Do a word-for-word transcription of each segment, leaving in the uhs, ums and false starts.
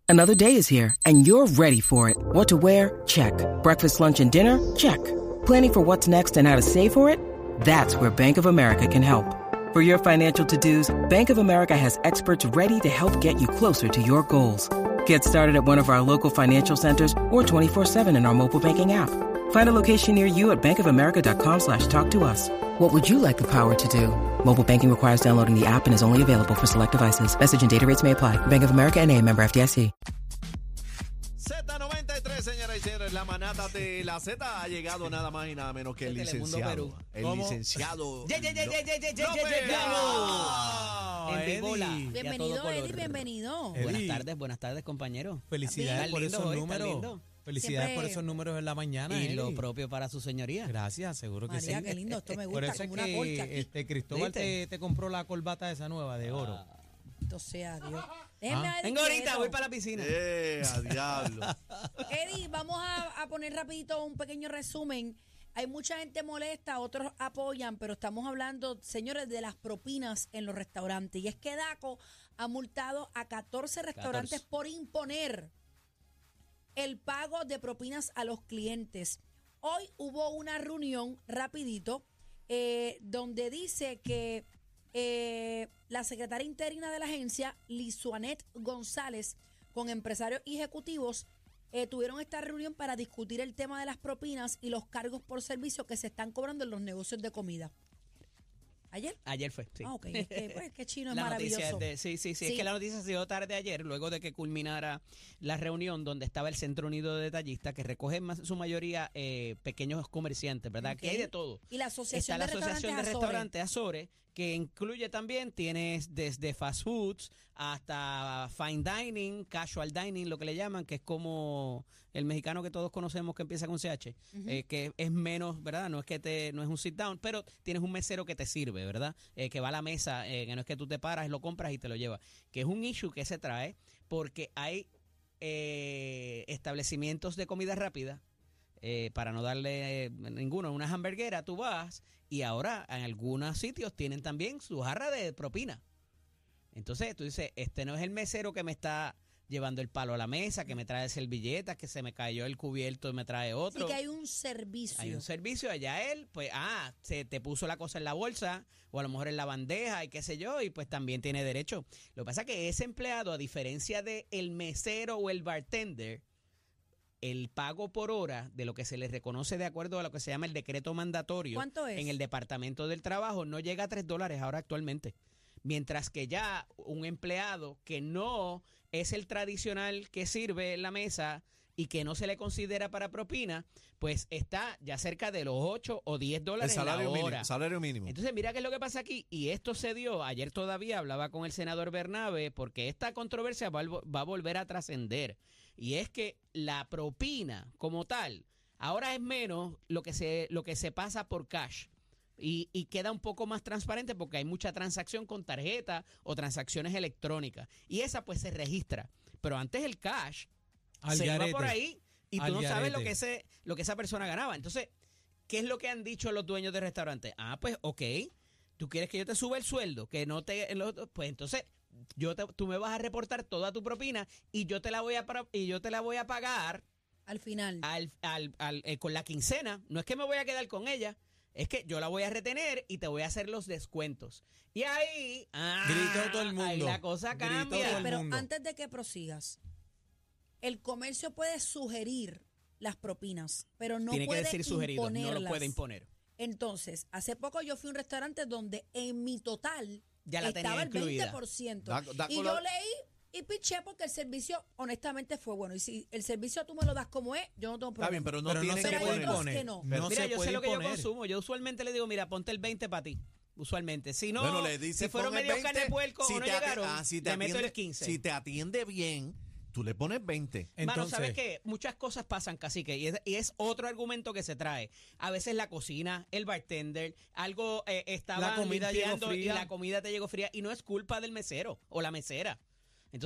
Another day is here, and you're ready for it. What to wear? Check. Breakfast, lunch, and dinner? Check. Planning for what's next and how to save for it? That's where Bank of America can help. For your financial to-dos, Bank of America has experts ready to help get you closer to your goals. Get started at one of our local financial centers or twenty-four seven in our mobile banking app. Find a location near you at bankofamerica.com slash talk to us. What would you like the power to do? Mobile banking requires downloading the app and is only available for select devices. Message and data rates may apply. Bank of America N A, member F D I C. Z noventa y tres, señoras y señores, la manata de la Z ha llegado nada más y nada menos que el licenciado. El ¿Cómo? licenciado. Ye, ye, ye, ye, ye, ye, ye, López. ye, ye, ¡Vamos! En Vibola. Eddie. Y a todo Bienvenido, color. Eddie, bienvenido. Buenas Eddie. tardes, buenas tardes, compañero. Felicidades Bien. por Lindo esos hoy, está números. lindo. Felicidades Siempre- por esos números en la mañana. Y lo Eddie. propio para su señoría. Gracias, seguro que María, sí. qué lindo, esto me Por gusta, eso es como una corcha que aquí. este, Cristóbal ¿Viste? te, te compró la corbata esa nueva de oro. Bendito sea Dios. Déjenme Ah. a Eddie Vengo ahorita, quieto. voy para la piscina. ¡Eh, a diablo! Eddie, vamos a, a poner rapidito un pequeño resumen. Hay mucha gente molesta, otros apoyan, pero estamos hablando, señores, de las propinas en los restaurantes. Y es que DACO ha multado a catorce restaurantes catorce. por imponer el pago de propinas a los clientes. Hoy hubo una reunión rapidito eh, donde dice que eh, la secretaria interina de la agencia, Lisuanet González, con empresarios y ejecutivos, eh, tuvieron esta reunión para discutir el tema de las propinas y los cargos por servicio que se están cobrando en los negocios de comida. ¿Ayer? Ayer fue, sí. Ah, ok. Es que, pues, que chino es La noticia maravilloso. es de, sí, sí, sí, Sí. es que la noticia se dio tarde ayer, luego de que culminara la reunión donde estaba el Centro Unido de Detallistas, que recoge en su mayoría eh, pequeños comerciantes, ¿verdad? Ok. Que hay de todo. Y la Está Asociación la de Asociación de Restaurantes Restaurantes Azores, que incluye también, tienes desde fast foods hasta fine dining, casual dining, lo que le llaman, que es como el mexicano que todos conocemos que empieza con C H, eh, que es menos, ¿verdad? No es que te, no es un sit down, pero tienes un mesero que te sirve, ¿verdad? Eh, que va a la mesa, eh, que no es que tú te paras, lo compras y te lo llevas. Que es un issue que se trae porque hay eh, establecimientos de comida rápida. Eh, para no darle eh, ninguno, una hamburguera, tú vas y ahora en algunos sitios tienen también su jarra de propina. Entonces tú dices, este no es el mesero que me está llevando el palo a la mesa, que me trae servilletas, que se me cayó el cubierto y me trae otro. Sí que hay un servicio. Hay un servicio, allá él, pues, ah, se te puso la cosa en la bolsa o a lo mejor en la bandeja y qué sé yo, y pues también tiene derecho. Lo que pasa es que ese empleado, a diferencia de el mesero o el bartender, el pago por hora de lo que se le reconoce de acuerdo a lo que se llama el decreto mandatorio ¿Cuánto es? en el Departamento del Trabajo no llega a tres dólares ahora actualmente. Mientras que ya un empleado que no es el tradicional que sirve en la mesa y que no se le considera para propina, pues está ya cerca de los ocho o diez El dólares salario la hora. mínimo. Salario mínimo. Entonces, mira qué es lo que pasa aquí. Y esto se dio, ayer todavía hablaba con el senador Bernabe, porque esta controversia va, a vol- va a volver a trascender. Y es que la propina como tal, ahora es menos lo que se, lo que se pasa por cash. Y, y queda un poco más transparente porque hay mucha transacción con tarjeta o transacciones electrónicas. Y esa pues se registra. Pero antes el cash Al se iba garete. por ahí y tú Al no sabes lo garete. que, ese, lo que esa persona ganaba. Entonces, ¿qué es lo que han dicho los dueños de restaurantes? Ah, pues, ok, tú quieres que yo te suba el sueldo, que no te... Pues entonces, yo te- tú me vas a reportar toda tu propina y yo te la voy a, pra- y yo te la voy a pagar Al final. al, al, al- eh, con la quincena. No es que me voy a quedar con ella, es que yo la voy a retener y te voy a hacer los descuentos. Y ahí, ah, Gritó todo el mundo. ahí la cosa Gritó cambia. todo el Pero mundo. antes de que prosigas, el comercio puede sugerir las propinas, pero no Tiene que puede decir sugerido, no lo imponerlas. puede imponer. Entonces, hace poco yo fui a un restaurante donde en mi total Ya la tenía estaba el incluida. veinte por ciento. Da- da y con yo la- leí y piché porque el servicio honestamente fue bueno. Y si el servicio tú me lo das como es, yo no tengo Está problema. bien, pero no Pero no tiene se que Pero hay puede poner. otros imponer. que no. No Mira, se yo puede sé lo que yo imponer. consumo. Yo usualmente le digo, mira, ponte el veinte para ti. Usualmente. Si no, Bueno, le dice, si fueron pon el medio veinte, carne de puerco si o no te ati- llegaron, ah, si te le meto atiende- el quince. Si te atiende bien, tú le pones veinte. Mano, Entonces, ¿sabes qué? Muchas cosas pasan, cacique, y es, y es otro argumento que se trae. A veces la cocina, el bartender, algo eh, estaba La comida llegó limpiando y fría. la comida te llegó fría y no es culpa del mesero o la mesera. Entonces,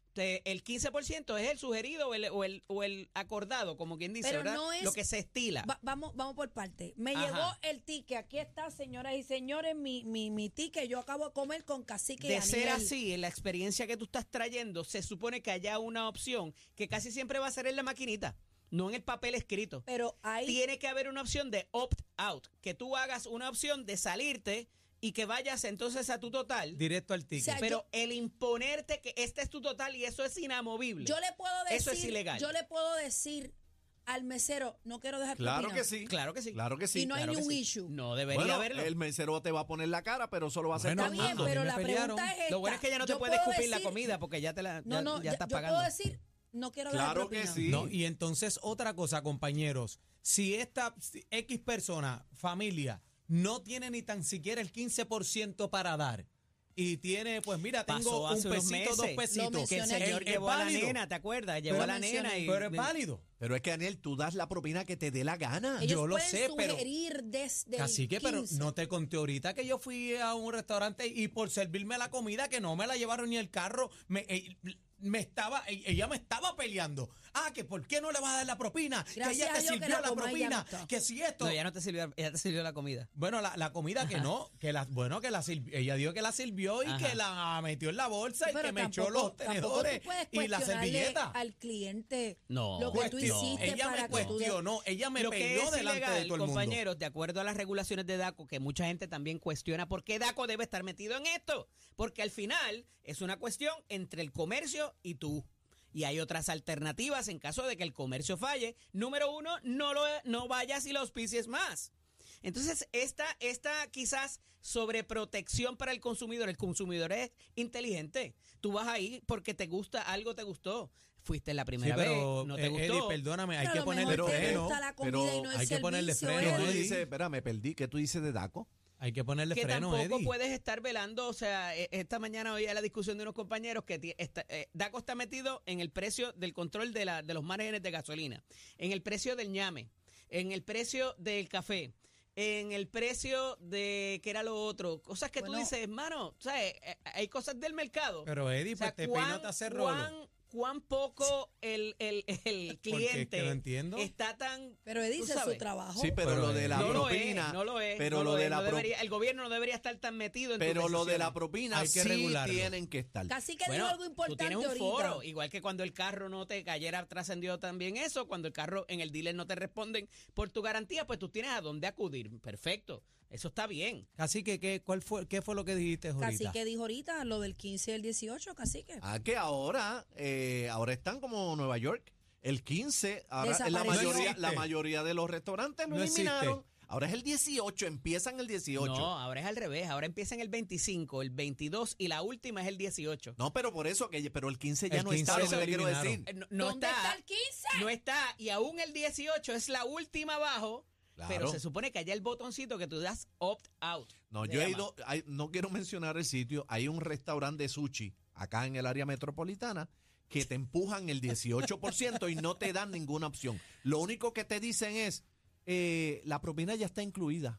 te- el quince por ciento es el sugerido o el, o el, o el acordado, como quien dice, Pero ¿verdad? no es- Lo que se estila. Va- vamos, vamos por parte. Me Ajá. llegó el ticket. Aquí está, señoras y señores, mi, mi, mi ticket. Yo acabo de comer con cacique y De ser Aniel. así, en la experiencia que tú estás trayendo, se supone que haya una opción que casi siempre va a ser en la maquinita, no en el papel escrito. Pero ahí Tiene que haber una opción de opt-out, que tú hagas una opción de salirte y que vayas entonces a tu total. Directo al ticket. O sea, Pero el imponerte que este es tu total y eso es inamovible. yo le puedo decir, Eso es ilegal. yo le puedo decir al mesero, no quiero dejar Claro propina. que sí. Claro que sí. Claro que sí. Y no hay Claro ni que un sí. issue. No debería Bueno, haberlo. el mesero te va a poner la cara, pero solo va a ser Bueno, Está bien, a mí pero me la pelearon. pregunta es esta. Lo bueno es que ya no te Yo puede puedo escupir la decir- comida porque ya te la No, ya, no, ya ya- estás yo pagando. puedo decir, no quiero dejar Claro que propina. sí. No, y entonces otra cosa, compañeros, si esta si X persona, familia, no tiene ni tan siquiera el quince por ciento para dar y tiene, pues mira, tengo Pasó un hace unos pesito, dos meses. pesitos. Lo que el mencioné. señor ¿Es- es llevó a la válido? nena, ¿te acuerdas? Llevó Pero a la mencioné, nena y pero es válido. Pero es que, Daniel, tú das la propina que te dé la gana. Ellos yo lo pueden sé, pero- sugerir desde Así que, el pero quince. no te conté ahorita que yo fui a un restaurante y por servirme la comida que no me la llevaron ni el carro, me, eh, me estaba, eh, ella me estaba peleando. Ah, que por qué no le vas a dar la propina, que Gracias ella a te Dios que sirvió la la coma ella propina, no está. que si esto. No, ya no te sirvió, ya te sirvió la comida. Bueno, la, la comida que no, que la, bueno, que la sirvi- ella dijo que la sirvió y Ajá. que la metió en la bolsa y Pero que me echó tampoco- los tampoco tenedores tú puedes y la cuestionarle servilleta. al cliente No. lo que tú Cuestión. hiciste Ella para me que tú de- cuestionó, ella me Lo que peleó es delante ilegal, de todo el mundo. compañeros, de acuerdo a las regulaciones de DACO, que mucha gente también cuestiona por qué DACO debe estar metido en esto. Porque al final es una cuestión entre el comercio y tú. Y hay otras alternativas en caso de que el comercio falle. Número uno, no, lo, no vayas y lo auspicies más. Entonces, esta, esta quizás sobreprotección para el consumidor, el consumidor es inteligente. Tú vas ahí porque te gusta, algo te gustó. Fuiste la Sí, primera pero, vez, no te eh, gustó. Eddie, perdóname, hay Pero a que lo ponerle mejor te freno. gusta la comida pero y no el hay que ponerle servicio, freno, ¿Qué tú Eddie. Eddie. dices? Espera, me perdí. ¿Qué tú dices de Daco? Hay que ponerle que freno, tampoco Eddie. puedes estar velando, o sea, e- esta mañana oía la discusión de unos compañeros que ti- está- eh, DACO está metido en el precio del control de, la, de los márgenes de gasolina, en el precio del ñame, en el precio del café, en el precio de, ¿qué era lo otro? Cosas que tú Bueno. dices, mano, ¿sabes? Eh, Hay cosas del mercado. Pero Eddie, O sea, pues te cuán- peino te hace rolo. cuán- cuán poco el, el, el Porque cliente es que no entiendo. está tan... Pero Eddie tú dice su sabes. trabajo. Sí, pero, Pero, lo de la no propina. lo es, no lo es. Pero no lo de es, la no pro- debería- el gobierno no debería estar tan metido en tus Pero lo de la decisiones. propina Hay que sí regularlo. tienen que estar. Casi que Bueno, dijo algo tú importante tienes un ahorita. foro, igual que cuando el carro no te cayera, trascendió también eso, cuando el carro en el dealer no te responden por tu garantía, pues tú tienes a dónde acudir. Perfecto, eso está bien. Así que, ¿qué, cuál fue, ¿qué fue lo que dijiste ahorita? Casi que dijo ahorita lo del quince y el dieciocho, casi que. Ah, que ahora, eh, ahora están como Nueva York. El quince, ahora la Desapareció. mayoría, No existe. la mayoría de los restaurantes lo No existe. eliminaron. Ahora es el dieciocho, empiezan el dieciocho. No, No, ahora es al revés, ahora empieza en el veinticinco, el veintidós y la última es el dieciocho. pero por eso, que pero el quince ya El no quince está, lo lo que le quiero eliminaron. decir. Eh, No, no ¿Dónde está, está el quince? no está, y aún el dieciocho es la última abajo, Claro. pero se supone que haya el botoncito que tú das opt-out. No, se yo he llama. ido, hay- no quiero mencionar el sitio, hay un restaurante de sushi acá en el área metropolitana que te empujan el dieciocho por ciento y no te dan ninguna opción. Lo único que te dicen es, eh, la propina ya está incluida.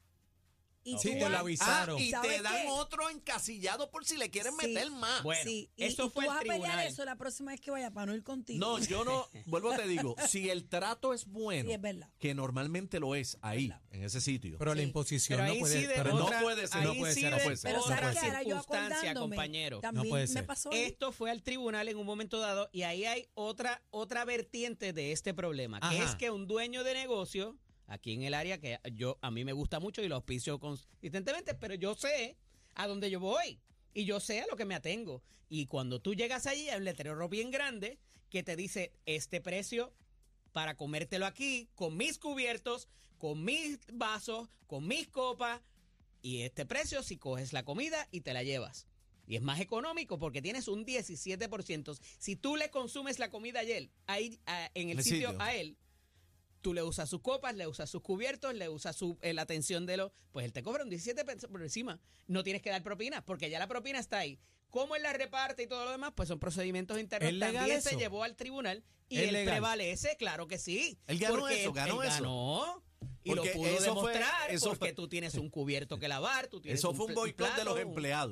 Y Sí, tú te lo vas- avisaron. Ah, y ¿Sabes te dan qué? otro encasillado por si le quieren Sí. meter más. Bueno, Sí, y, eso y fue tú el vas a pelear tribunal. eso la próxima vez que vaya para no ir contigo. No, yo no, vuelvo te digo, si el trato es bueno, Sí, es verdad. que normalmente lo es ahí, verdad. en ese sitio. Pero la Sí. imposición Pero no ahí puede sí de pero no otra- puede ser, ahí no puede sí ser, de no puede ser. Pero otra ¿sabes qué? Ahora yo circunstancia, acordándome, compañero. también No puede me ser. pasó a mí. Esto fue al tribunal en un momento dado y ahí hay otra otra vertiente de este problema, que Ajá. es que un dueño de negocio aquí en el área que yo a mí me gusta mucho y lo auspicio consistentemente, pero yo sé a dónde yo voy y yo sé a lo que me atengo. Y cuando tú llegas allí hay un letrero bien grande que te dice este precio para comértelo aquí con mis cubiertos, con mis vasos, con mis copas y este precio si coges la comida y te la llevas. Y es más económico porque tienes un diecisiete por ciento. Si tú le consumes la comida a él, ahí, a- en el El sitio, sitio. a él, tú le usas sus copas, le usas sus cubiertos, le usas su, eh, la atención de los... Pues él te cobra un diecisiete por ciento por encima. No tienes que dar propina porque ya la propina está ahí. ¿Cómo él la reparte y todo lo demás? Pues son procedimientos internos. ¿Es legal También se eso? llevó al tribunal y ¿Es él legal? prevalece, claro que sí. Él ganó Porque eso, ganó él eso. ganó. Y Porque lo pudo eso fue- demostrar eso porque fue- tú tienes un cubierto que lavar, tú tienes Eso fue un pl- boicot de los plato, un- empleados.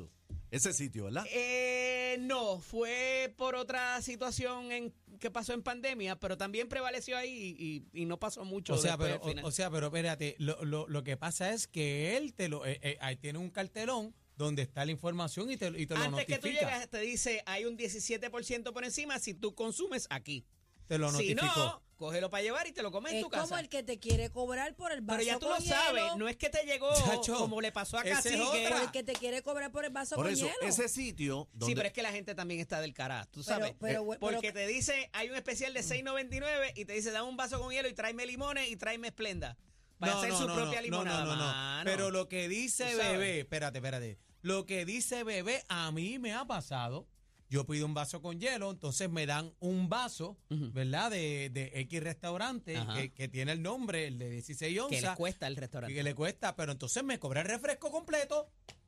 Ese sitio, ¿verdad? Eh, no, fue por otra situación en que pasó en pandemia, pero también prevaleció ahí y, y no pasó mucho. O sea, después pero, del final. o, o sea, pero espérate, lo, lo, lo que pasa es que él te lo, eh, eh, ahí tiene un cartelón donde está la información y te, y te lo Antes notifica. que tú llegas, te dice, hay un diecisiete por ciento por encima si tú consumes aquí. Te lo Si notificó. no, cógelo para llevar y te lo comes en Es tu como casa. el que te quiere cobrar por el vaso Pero ya tú con lo sabes, hielo, no es que te llegó Chacho, como le pasó a esa es Cacique. otra. por el que te quiere cobrar por el vaso Por con eso, hielo. ese sitio donde Sí, pero es que la gente también está del cara, tú Pero- sabes. pero, Eh, pero- Porque te dice, hay un especial de seis noventa y nueve y te dice, dame un vaso con hielo y tráeme limones y tráeme Esplenda. Para hacer su propia limonada. No, no, no. mano. Pero lo que dice Tú sabes. Bebé, espérate, espérate. Lo que dice Bebé a mí me ha pasado. Yo pido un vaso con hielo, entonces me dan un vaso, Ujú. ¿verdad? De, de X restaurante Ajá. que, que tiene el nombre, el de dieciséis que onzas. le cuesta el restaurante. Que le cuesta, pero entonces me cobra el refresco completo.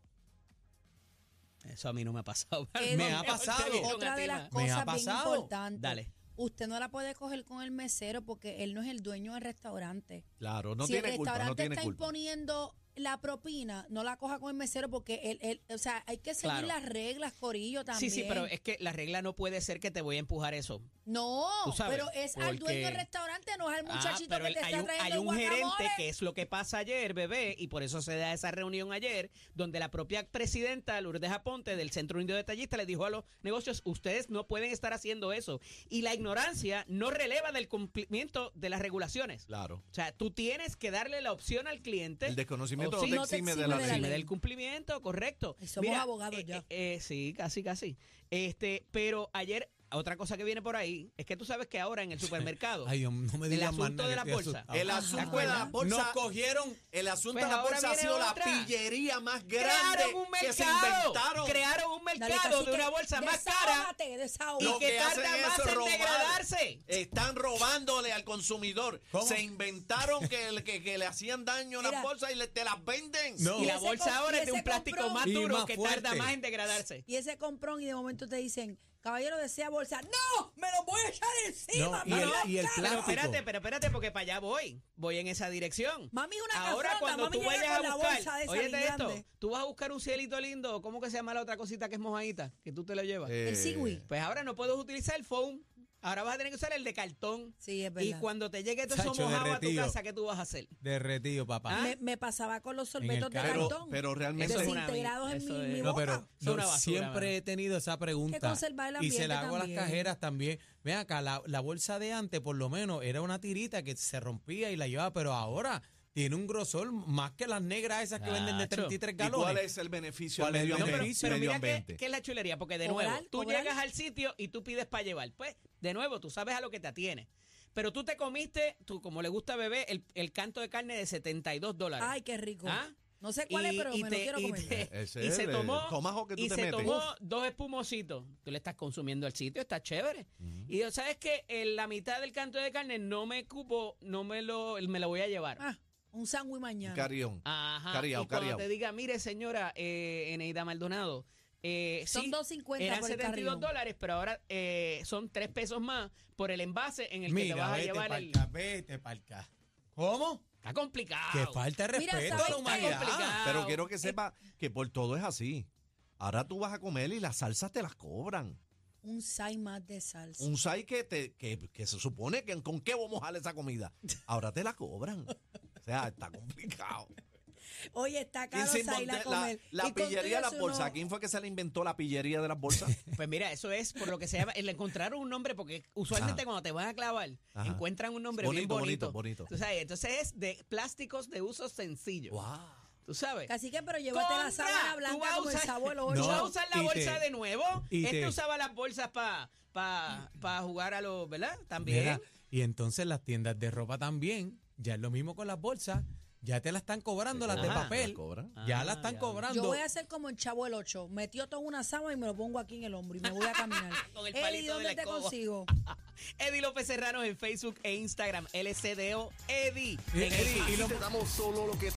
Eso a mí no me ha pasado. Eh, Me no, ha pasado. Te vieron Otra a ti, de ma. las Me ha cosas bien pasado. importantes. Dale. Usted no la puede coger con el mesero porque él no es el dueño del restaurante. Claro, no si el tiene culpa, no restaurante tiene está culpa. imponiendo la propina, no la coja con el mesero porque él, él o sea, hay que seguir Claro. las reglas, Corillo, también. Sí, sí, pero es que la regla no puede ser que te voy a empujar eso. No, Tú sabes, pero es al dueño porque- del restaurante, no es al Ah, muchachito pero que el- te hay está un, trayendo hay el un guacamole. gerente que es lo que pasa ayer, bebé, y por eso se da esa reunión ayer, donde la propia presidenta Lourdes Aponte del Centro Indio Detallista le dijo a los negocios, ustedes no pueden estar haciendo eso. Y la ignorancia no releva del cumplimiento de las regulaciones. Claro. O sea, tú tienes que darle la opción al cliente. El desconocimiento o no sí, te no te exime de exime la de la ley. Exime ley. del cumplimiento, correcto. Y somos abogados ya. eh, eh, sí, casi, casi. Este, pero ayer, otra cosa que viene por ahí, es que tú sabes que ahora en el supermercado, Ay, Dios, no me el digas más asunto nada, de que la estoy bolsa. asustado. El Ajá. asunto de la ¿Verdad? bolsa. Nos cogieron. El asunto Pues de la ahora bolsa ha viene sido la otra. pillería más grande crearon un que se mercado, inventaron. crearon un Dale, mercado cacique, de una bolsa más cara desahógate, desahógate. y Lo que, que hacen tarda es más en robar. degradarse. Están robándole al consumidor. ¿Cómo? Se inventaron que, el- que, que le hacían daño a Mira. las bolsas y le- te las venden. No. Y Y la ese bolsa com- ahora y es de un ese plástico comprón- más Y duro más que tarda fuerte. más en degradarse. Y ese comprón y de momento te dicen, caballero, desea bolsa. ¡No! ¡Me lo voy a echar encima! No, y me el- lo y el cargo". Pero plástico. espérate, pero espérate, porque para allá voy. Voy en esa dirección. Mami es una Ahora cafrota, cuando mami tú llega vayas con a la buscar, bolsa de esa óyete bien esto, grande. tú vas a buscar un cielito lindo, ¿cómo que se llama la otra cosita que es mojadita? Que tú te lo llevas. Eh, El Seaweed. Pues ahora no puedes utilizar el foam. Ahora vas a tener que usar el de cartón. Sí, es Y verdad. cuando te llegue todo eso Chacho, mojado a tu derretido. casa, ¿qué tú vas a hacer? Derretido, papá. ¿Ah? me, me pasaba con los En el sorbetos de carro. cartón. Pero realmente- Eso es una- desintegrados en eso mi, es- mi No, boca. pero Es yo una basura, siempre mano. he tenido esa pregunta. Que conservar el y se la ambiente hago a las también. cajeras también. Ven acá, la, la bolsa de antes, por lo menos, era una tirita que se rompía y la llevaba, pero ahora tiene un grosor más que las negras esas que venden de Chacho. treinta y tres ¿Y galones. cuál es el beneficio al ¿Cuál es el medio No, pero, ambiente? pero Medio mira qué, ambiente. qué es la chulería, porque de Cobrar, nuevo, tú cobrar. llegas al sitio y tú pides para llevar. Pues, de nuevo, tú sabes a lo que te atienes. Pero tú te comiste, tú como le gusta a Bebé, el, el canto de carne de setenta y dos dólares. Ay, qué rico. ¿Ah? No sé cuál es, pero me lo quiero y comer. te- Ese y es se el tomó, tomahawk que tú y te se metes. tomó Uf. dos espumositos. Tú le estás consumiendo el sitio, está chévere. Y yo, ¿sabes qué? En la mitad del canto de carne no me cupo, no me lo, me lo voy a llevar. Ah, un sándwich mañana. Carión. Ajá. Cariao, y cuando cariao. te diga, mire, señora eh, Eneida Maldonado, eh, Son sí, dos cincuenta eran por el setenta y dos carrión. dólares, pero ahora eh, son tres pesos más por el envase en el que Mira, te vas a vete llevar pa'l el... ca- vete pa'l ca- ¿Cómo? Está complicado. Que falta de Mira, respeto a ¿sabes la qué? humanidad. complicado. Pero quiero que sepa que por todo es así. Ahora tú vas a comer y las salsas te las cobran. Un side más de salsa. Un site que, te, que, que se supone que con qué vamos a mojar esa comida. Ahora te la cobran. O sea, está complicado. Oye, está ¿Quién caro se salir a inventó la, comer. la Y con pillería de todo las eso bolsas? uno- ¿Quién fue que se le inventó la pillería de las bolsas? Pues mira, eso es por lo que se llama, le encontraron un nombre, porque usualmente Ajá. cuando te van a clavar, Ajá. encuentran un nombre Bonito, bien bonito. bonito, bonito. Tú sabes, entonces es de plásticos de uso sencillo. ¡Wow! Tú sabes. Cacique, pero llévate la Contra, sábana tú blanca vas a como el usar- sabor ¿Tú ocho. vas a No, usar la y bolsa te- de nuevo? y Este te- usaba las bolsas para pa, pa jugar a los, ¿verdad? También. Mira, y entonces las tiendas de ropa también, ya es lo mismo con las bolsas, ya te la están cobrando las de Ajá. papel, ¿Las cobran? ya Ah, la están ya. cobrando. Yo voy a hacer como el chavo el ocho. Metió todo en una sábana y me lo pongo aquí en el hombro y me voy a caminar. Con el Eddie, palito de ¿dónde la te escoba. consigo? Eddie López Serrano en Facebook e Instagram. L C D O Eddie. Eh, En Eddie, el- y lo- Te damos solo lo que